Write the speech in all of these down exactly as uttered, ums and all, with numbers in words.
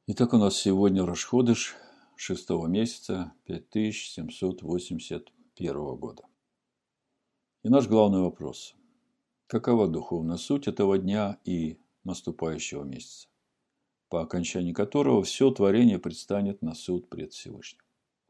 Итак, у нас сегодня Рош ходеш шестого месяца пять тысяч семьсот восемьдесят первого года. И наш главный вопрос. Какова духовная суть этого дня и наступающего месяца, по окончании которого все творение предстанет на суд пред Всевышним?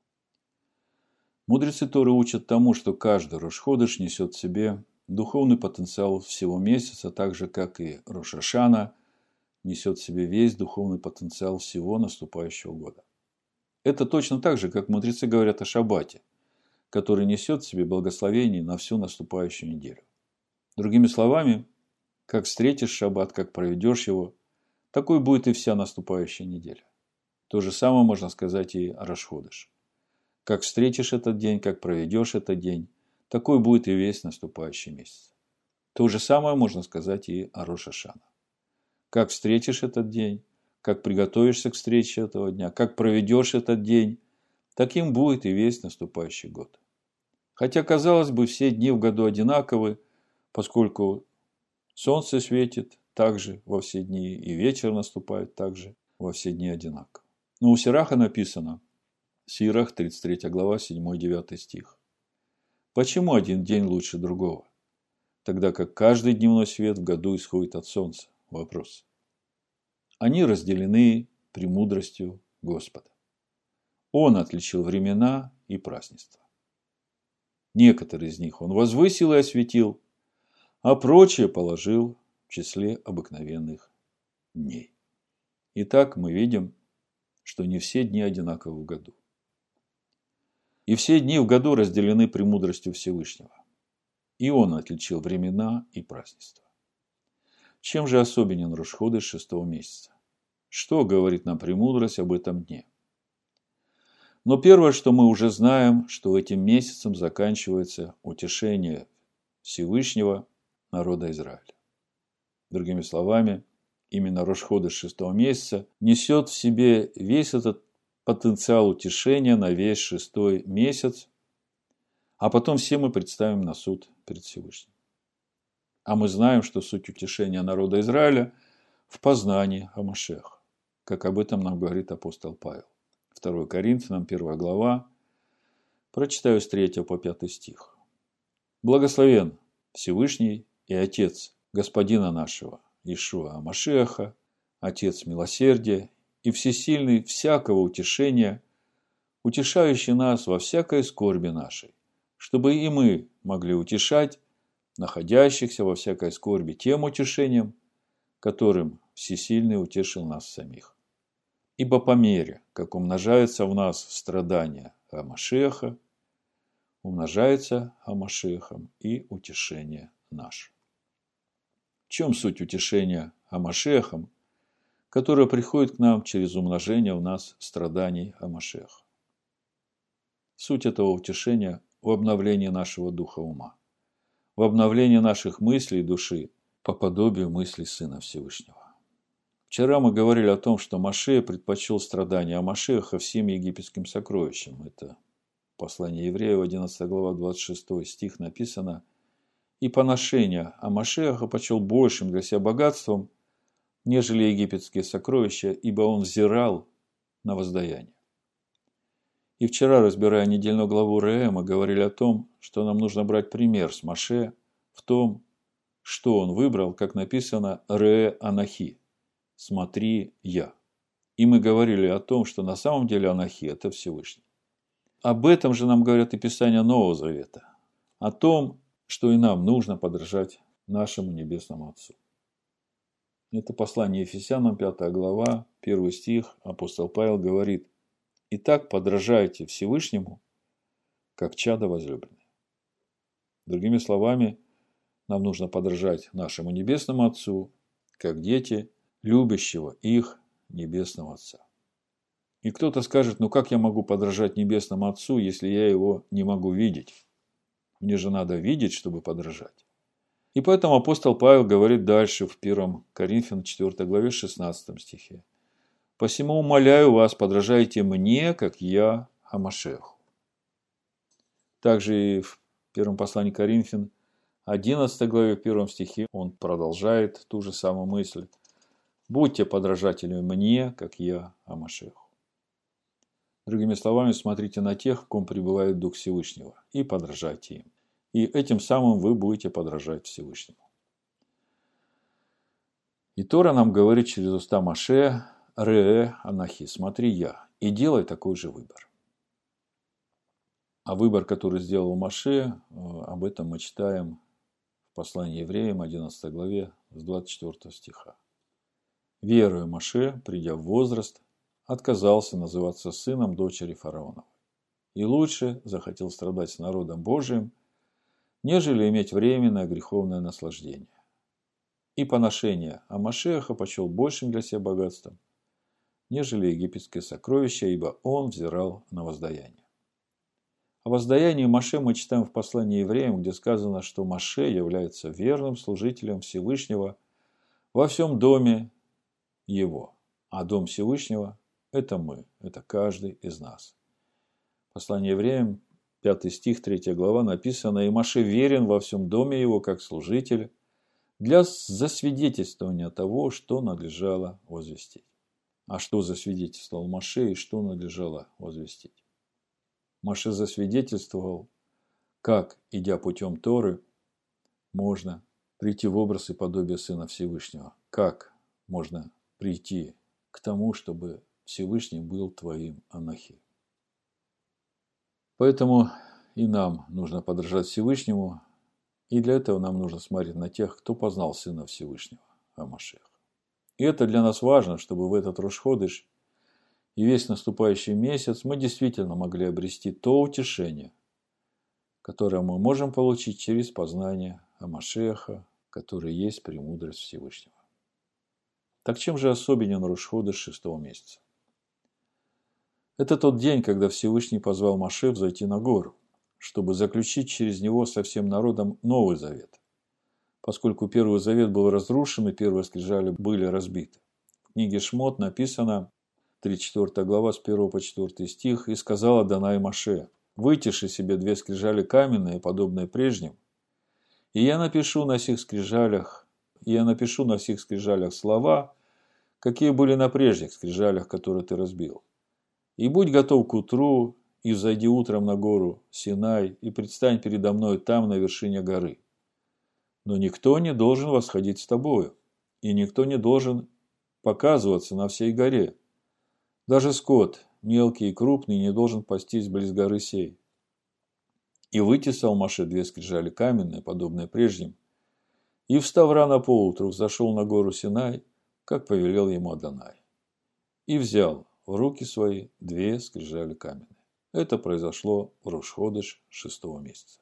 Мудрецы Торы учат тому, что каждый Рош ходеш несет в себе духовный потенциал всего месяца, так же, как и Рош ха-Шана несет в себе весь духовный потенциал всего наступающего года. Это точно так же, как мудрецы говорят о Шаббате, который несет в себе благословение на всю наступающую неделю. Другими словами, как встретишь Шаббат, как проведешь его, такой будет и вся наступающая неделя. То же самое можно сказать и о Рош ходеш. Как встретишь этот день, как проведешь этот день, такой будет и весь наступающий месяц. То же самое можно сказать и о Рош ха-Шана. Как встретишь этот день, как приготовишься к встрече этого дня, как проведешь этот день, таким будет и весь наступающий год. Хотя, казалось бы, все дни в году одинаковы, поскольку солнце светит также во все дни, и вечер наступает также во все дни одинаково. Но у Сираха написано, Сирах, тридцать третья глава, седьмой-девятый стих. Почему один день лучше другого, тогда как каждый дневной свет в году исходит от солнца? Вопрос. Они разделены премудростью Господа. Он отличил времена и празднества. Некоторые из них он возвысил и осветил, а прочее положил в числе обыкновенных дней. Итак, мы видим, что не все дни одинаковы в году. И все дни в году разделены премудростью Всевышнего. И он отличил времена и празднества. Чем же особенен Рош ходеш шестого месяца? Что говорит нам премудрость об этом дне? Но первое, что мы уже знаем, что этим месяцем заканчивается утешение Всевышнего народа Израиля. Другими словами, именно Рош ходеш шестого месяца несет в себе весь этот потенциал утешения на весь шестой месяц, а потом все мы представим на суд перед Всевышним. А мы знаем, что суть утешения народа Израиля в познании о Машиахе, как об этом нам говорит апостол Павел. второе Коринфянам, первая глава, прочитаю с третьего по пятый стих. «Благословен Всевышний и Отец Господина нашего, Иешуа Машиаха, Отец милосердия и всесильный всякого утешения, утешающий нас во всякой скорби нашей, чтобы и мы могли утешать находящихся во всякой скорби тем утешением, которым Всесильный утешил нас самих. Ибо по мере, как умножается в нас страдания о Машиаха, умножается о Машиахом и утешение наше». В чем суть утешения о Машиахом, которое приходит к нам через умножение в нас страданий о Машиахе? Суть этого утешения в обновлении нашего духа ума, в обновлении наших мыслей и души по подобию мыслей Сына Всевышнего. Вчера мы говорили о том, что Машиах предпочел страдания о Машиахе всем египетским сокровищам. Это послание Евреев, одиннадцатая глава, двадцать шестой стих написано: «И поношение о Машиахе почел большим для себя богатством, нежели египетские сокровища, ибо он взирал на воздаяние». И вчера, разбирая недельную главу Реэ, мы говорили о том, что нам нужно брать пример с Моше в том, что он выбрал, как написано Реэ Анахи, «Смотри, я». И мы говорили о том, что на самом деле Анахи – это Всевышний. Об этом же нам говорят и Писания Нового Завета, о том, что и нам нужно подражать нашему Небесному Отцу. Это послание Ефесянам, пятая глава, первый стих, апостол Павел говорит: «Итак, подражайте Всевышнему, как чадо возлюбленные». Другими словами, нам нужно подражать нашему Небесному Отцу, как дети любящего их Небесного Отца. И кто-то скажет: ну как я могу подражать Небесному Отцу, если я его не могу видеть? Мне же надо видеть, чтобы подражать. И поэтому апостол Павел говорит дальше в первом Коринфянам четвёртой главе шестнадцатом стихе: «Посему умоляю вас, подражайте мне, как я о Машиаху». Также и в первом послании Коринфян одиннадцатой главе, в первом стихе, он продолжает ту же самую мысль. Будьте подражателями мне, как я Амашеху. Другими словами, смотрите на тех, в ком пребывает Дух Всевышнего, и подражайте им. И этим самым вы будете подражать Всевышнему. И Тора нам говорит через уста Моше: «Рее анахи», смотри я, и делай такой же выбор. А выбор, который сделал Моше, об этом мы читаем в послании евреям, одиннадцатой главе, с двадцать четвёртого стиха. «Веруя Моше, придя в возраст, отказался называться сыном дочери фараоновой, и лучше захотел страдать с народом Божиим, нежели иметь временное греховное наслаждение. И поношение Амашеха почел большим для себя богатством, нежели египетское сокровище, ибо он взирал на воздаяние». О воздаянии Моше мы читаем в послании евреям, где сказано, что Моше является верным служителем Всевышнего во всем доме его. А дом Всевышнего – это мы, это каждый из нас. Послание евреям, пятый стих, третья глава, написано: «И Моше верен во всем доме его, как служитель, для засвидетельствования того, что надлежало возвестить». А что засвидетельствовал Моше и что надлежало возвестить? Моше засвидетельствовал, как, идя путем Торы, можно прийти в образ и подобие Сына Всевышнего. Как можно прийти к тому, чтобы Всевышний был твоим анахи. Поэтому и нам нужно подражать Всевышнему, и для этого нам нужно смотреть на тех, кто познал Сына Всевышнего, Амашеха. И это для нас важно, чтобы в этот Рош-ходеш и весь наступающий месяц мы действительно могли обрести то утешение, которое мы можем получить через познание Амашеха, который есть премудрость Всевышнего. Так чем же особенен Рош-ходеш шестого месяца? Это тот день, когда Всевышний позвал Моше взойти на гору, чтобы заключить через него со всем народом Новый Завет, поскольку Первый Завет был разрушен и первые скрижали были разбиты. В книге Шмот написано, тридцать четвёртая глава, с первого по четвёртый стих: «И сказал Адонай Моше: вытиши себе две скрижали каменные, подобные прежним, и я напишу на сих скрижалях, и я напишу на сих скрижалях слова, какие были на прежних скрижалях, которые ты разбил. И будь готов к утру, и взойди утром на гору Синай, и предстань передо мной там, на вершине горы. Но никто не должен восходить с тобою, и никто не должен показываться на всей горе. Даже скот, мелкий и крупный, не должен пастись близ горы сей». И вытесал Моше две скрижали каменные, подобные прежним, и, встав рано поутру, взошел на гору Синай, как повелел ему Адонай, и взял в руки свои две скрижали каменные. Это произошло в Рош-ходеш шестого месяца.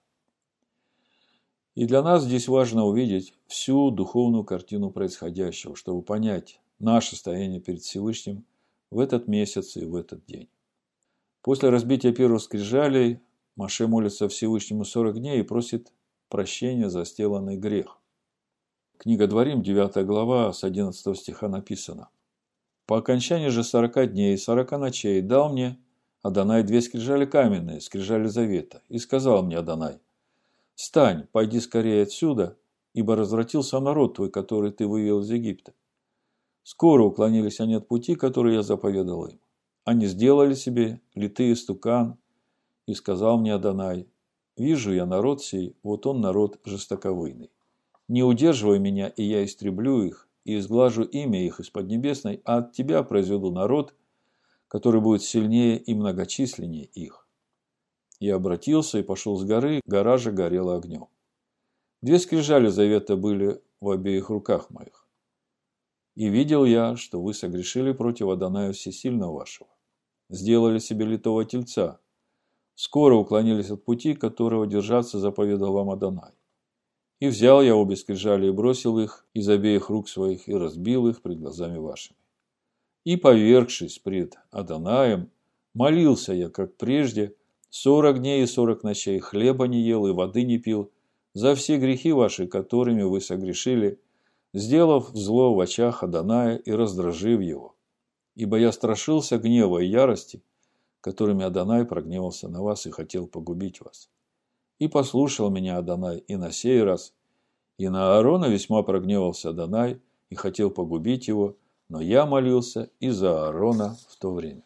И для нас здесь важно увидеть всю духовную картину происходящего, чтобы понять наше состояние перед Всевышним в этот месяц и в этот день. После разбития первых скрижалей Моше молится Всевышнему сорок дней и просит прощения за сделанный грех. Книга Дворим, девятая глава, с одиннадцатого стиха написано: «По окончании же сорока дней и сорока ночей дал мне Адонай две скрижали каменные, скрижали завета, и сказал мне Адонай: встань, пойди скорее отсюда, ибо развратился народ твой, который ты вывел из Египта. Скоро уклонились они от пути, который я заповедал им. Они сделали себе литые стукан, и сказал мне Адонай: вижу я народ сей, вот он народ жестоковыйный. Не удерживай меня, и я истреблю их, и изглажу имя их из Поднебесной, а от тебя произведу народ, который будет сильнее и многочисленнее их. Я обратился и пошел с горы, гора же горела огнем. Две скрижали завета были в обеих руках моих. И видел я, что вы согрешили против Адоная Всесильного вашего. Сделали себе литого тельца. Скоро уклонились от пути, которого держаться заповедал вам Адонай. И взял я обе скрижали и бросил их из обеих рук своих и разбил их пред глазами вашими. И, повергшись пред Адонаем, молился я, как прежде, сорок дней и сорок ночей, хлеба не ел и воды не пил, за все грехи ваши, которыми вы согрешили, сделав зло в очах Адоная и раздражив его. Ибо я страшился гнева и ярости, которыми Адонай прогневался на вас и хотел погубить вас. И послушал меня Адонай и на сей раз, и на Аарона весьма прогневался Адонай и хотел погубить его, но я молился и за Аарона в то время.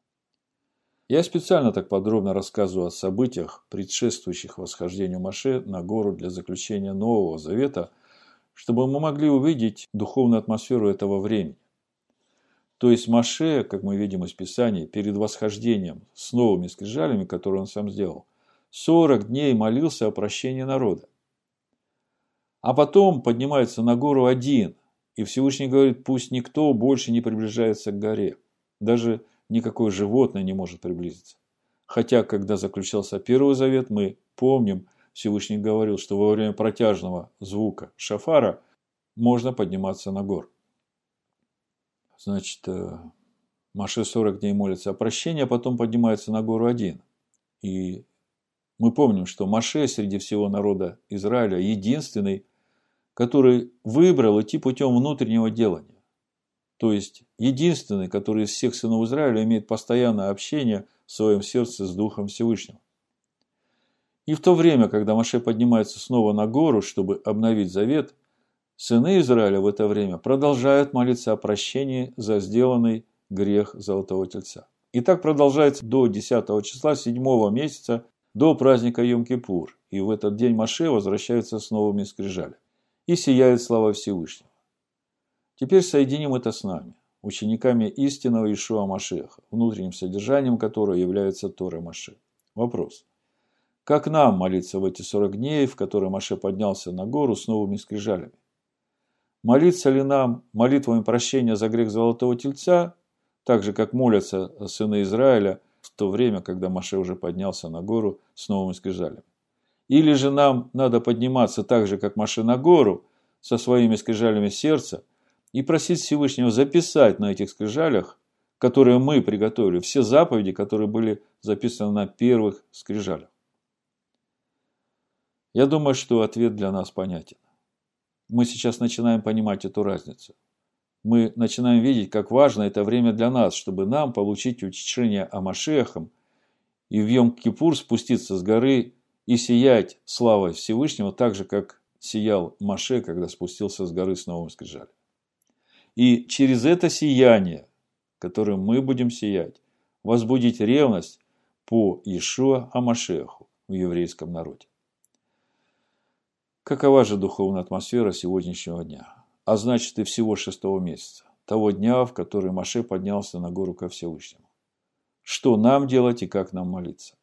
Я специально так подробно рассказываю о событиях, предшествующих восхождению Моше на гору для заключения Нового Завета, чтобы мы могли увидеть духовную атмосферу этого времени. То есть Моше, как мы видим из Писаний, перед восхождением с новыми скрижалями, которые он сам сделал, сорок дней молился о прощении народа. А потом поднимается на гору один, и Всевышний говорит, пусть никто больше не приближается к горе. Даже никакое животное не может приблизиться. Хотя, когда заключался Первый Завет, мы помним, Всевышний говорил, что во время протяжного звука шафара можно подниматься на гору. Значит, Моше сорок дней молится о прощении, а потом поднимается на гору один. И мы помним, что Моше среди всего народа Израиля единственный, который выбрал идти путем внутреннего делания. То есть, единственный, который из всех сынов Израиля имеет постоянное общение в своем сердце с Духом Всевышнего. И в то время, когда Моше поднимается снова на гору, чтобы обновить завет, сыны Израиля в это время продолжают молиться о прощении за сделанный грех Золотого Тельца. И так продолжается до десятого числа седьмого месяца, до праздника Йом-Кипур. И в этот день Моше возвращается с новыми скрижалями. И сияет слава Всевышнего. Теперь соединим это с нами, учениками истинного Иешуа Машиаха, внутренним содержанием которого является Тора Моше. Вопрос. Как нам молиться в эти сорок дней, в которые Моше поднялся на гору с новыми скрижалями? Молиться ли нам молитвами прощения за грех Золотого Тельца, так же, как молятся сыны Израиля в то время, когда Моше уже поднялся на гору с новыми скрижалями? Или же нам надо подниматься так же, как Моше, на гору со своими скрижалями сердца и просить Всевышнего записать на этих скрижалях, которые мы приготовили, все заповеди, которые были записаны на первых скрижалях? Я думаю, что ответ для нас понятен. Мы сейчас начинаем понимать эту разницу. Мы начинаем видеть, как важно это время для нас, чтобы нам получить утешение о Машиахе и в Йом-Кипур спуститься с горы и сиять славой Всевышнего, так же, как сиял Моше, когда спустился с горы с новым скрижалем. И через это сияние, которым мы будем сиять, возбудить ревность по Иешуа ха-Машиаху в еврейском народе. Какова же духовная атмосфера сегодняшнего дня? А значит и всего шестого месяца, того дня, в который Моше поднялся на гору ко Всевышнему. Что нам делать и как нам молиться?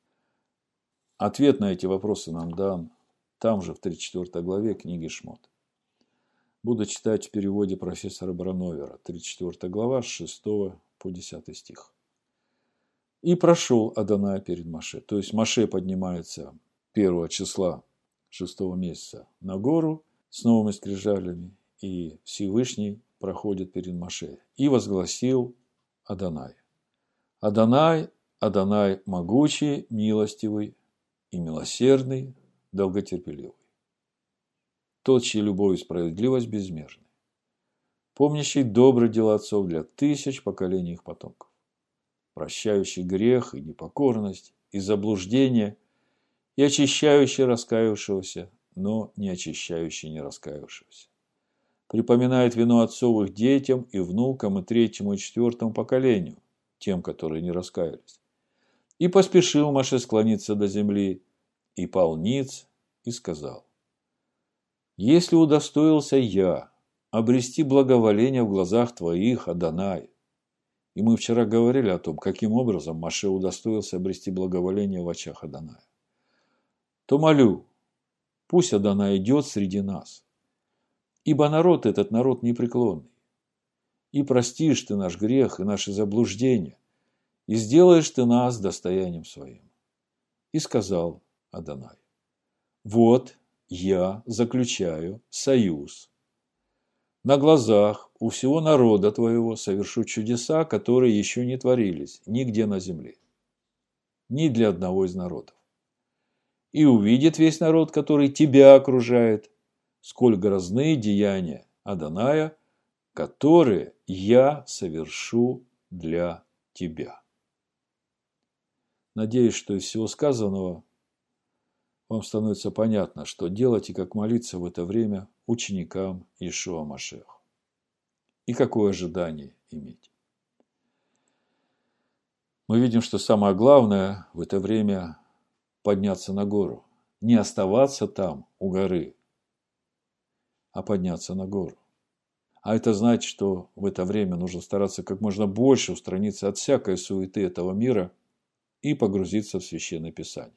Ответ на эти вопросы нам дан там же, в тридцать четвёртой главе книги Шмот. Буду читать в переводе профессора Брановера, тридцать четвёртая глава, с шестого по десятый стих. «И прошел Адонай перед Моше». То есть Моше поднимается первого числа шестого месяца на гору с новыми скрижалями, и Всевышний проходит перед Моше. «И возгласил Адонай. Адонай, Адонай могучий, милостивый и милосердный, долготерпеливый. Тот, чья любовь и справедливость безмерны, помнящий добрые дела отцов для тысяч поколений их потомков, прощающий грех и непокорность, и заблуждение, и очищающий раскаявшегося, но не очищающий не раскаявшегося. Припоминает вину отцов их детям и внукам и третьему и четвертому поколению, тем, которые не раскаялись. И поспешил Моше склониться до земли, и пал ниц, и сказал: если удостоился я обрести благоволение в глазах твоих, Адонай. И мы вчера говорили о том, каким образом Моше удостоился обрести благоволение в очах Адоная. То молю, пусть Адонай идет среди нас, ибо народ этот народ непреклонный. И простишь ты наш грех и наши заблуждения, и сделаешь ты нас достоянием своим. И сказал Адонай: вот я заключаю союз. На глазах у всего народа твоего совершу чудеса, которые еще не творились нигде на земле, ни для одного из народов. И увидит весь народ, который тебя окружает, сколь грозны деяния Адоная, которые я совершу для тебя. Надеюсь, что из всего сказанного вам становится понятно, что делать и как молиться в это время ученикам Иешуа Машиаха. и какое ожидание иметь. Мы видим, что самое главное в это время подняться на гору. Не оставаться там, у горы, а подняться на гору. А это значит, что в это время нужно стараться как можно больше устраниться от всякой суеты этого мира и погрузиться в Священное Писание.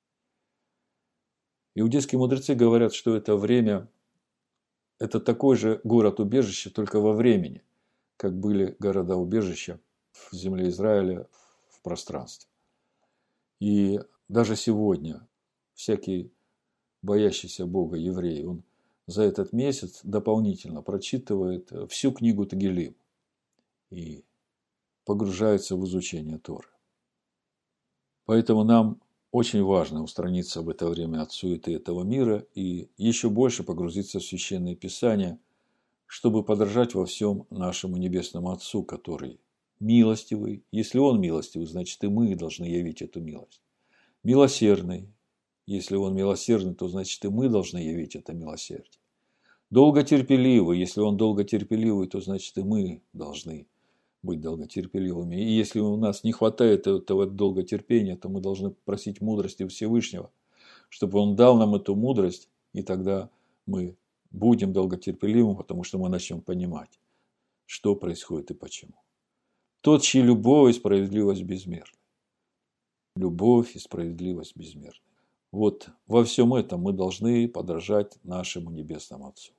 Иудейские мудрецы говорят, что это время – это такой же город-убежище, только во времени, как были города-убежища в земле Израиля, в пространстве. И даже сегодня всякий боящийся Бога еврей, он за этот месяц дополнительно прочитывает всю книгу Тегилим и погружается в изучение Торы. Поэтому нам очень важно устраниться в это время от суеты этого мира и еще больше погрузиться в Священное Писание, чтобы подражать во всем нашему Небесному Отцу, который милостивый. Если Он милостивый, значит и мы должны явить эту милость. Милосердный. Если Он милосердный, то значит и мы должны явить это милосердие. Долготерпеливый. Если Он долготерпеливый, то значит и мы должны быть долготерпеливыми. И если у нас не хватает этого долготерпения, то мы должны просить мудрости Всевышнего, чтобы Он дал нам эту мудрость, и тогда мы будем долготерпеливыми, потому что мы начнем понимать, что происходит и почему. Тот, чьи любовь и справедливость безмерны. Любовь и справедливость безмерны. Вот во всем этом мы должны подражать нашему Небесному Отцу.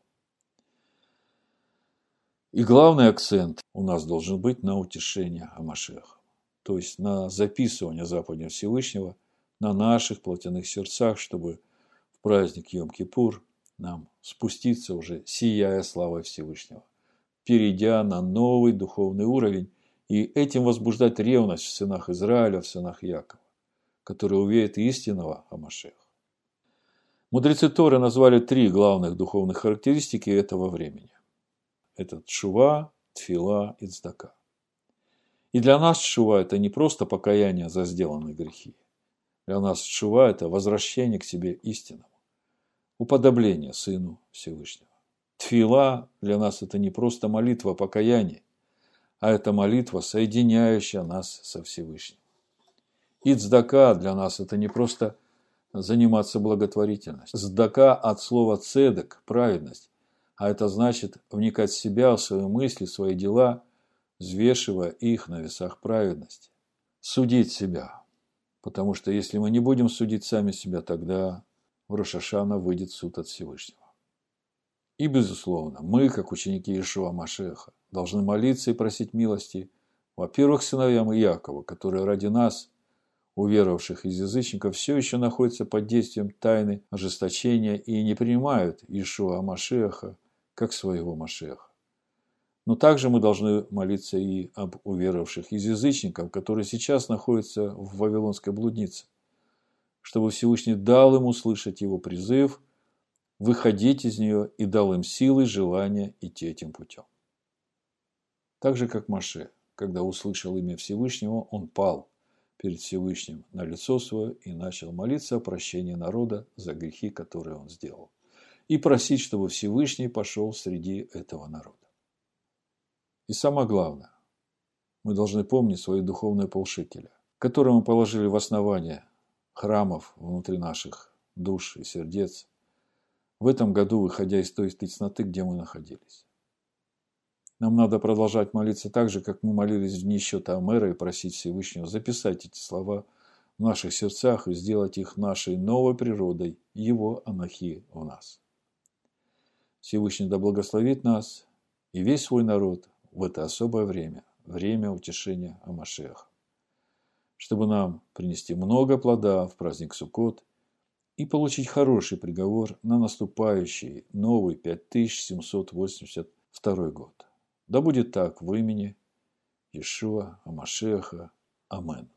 И главный акцент у нас должен быть на утешение ха-Машиаха, то есть на записывание заповедей Всевышнего на наших плотяных сердцах, чтобы в праздник Йом-Кипур нам спуститься уже, сияя славой Всевышнего, перейдя на новый духовный уровень и этим возбуждать ревность в сынах Израиля, в сынах Якова, которые увидят истинного ха-Машиаха. Мудрецы Торы назвали три главных духовных характеристики этого времени. Это тшува, тфила и цдака. И для нас тшува – это не просто покаяние за сделанные грехи. Для нас тшува – это возвращение к себе истинному, уподобление Сыну Всевышнего. Тфила для нас – это не просто молитва о покаянии, а это молитва, соединяющая нас со Всевышним. И цдака для нас – это не просто заниматься благотворительностью. Цдака от слова цедек – праведность. А это значит вникать в себя, в свои мысли, в свои дела, взвешивая их на весах праведности. Судить себя. Потому что если мы не будем судить сами себя, тогда в Рош ха-Шана выйдет суд от Всевышнего. И, безусловно, мы, как ученики Иешуа Машеха, должны молиться и просить милости, во-первых, сыновьям Иакова, которые ради нас, уверовавших из язычников, все еще находятся под действием тайны ожесточения и не принимают Иешуа Машеха как своего Машеха. Но также мы должны молиться и об уверовавших из язычников, которые сейчас находятся в Вавилонской блуднице, чтобы Всевышний дал им услышать его призыв, выходить из нее и дал им силы и желание идти этим путем. Так же, как Моше, когда услышал имя Всевышнего, он пал перед Всевышним на лицо свое и начал молиться о прощении народа за грехи, которые он сделал, и просить, чтобы Всевышний пошел среди этого народа. И самое главное, мы должны помнить свои духовные полшекеля, которые мы положили в основание храмов внутри наших душ и сердец, в этом году, выходя из той тесноты, где мы находились. Нам надо продолжать молиться так же, как мы молились в дни счета Амера, и просить Всевышнего записать эти слова в наших сердцах и сделать их нашей новой природой, его анахи в нас. Всевышний да благословит нас и весь свой народ в это особое время, время утешения ха-Машиаха, чтобы нам принести много плода в праздник Суккот и получить хороший приговор на наступающий новый пять тысяч семьсот восемьдесят второй год. Да будет так в имени Иешуа ха-Машиаха. Амен.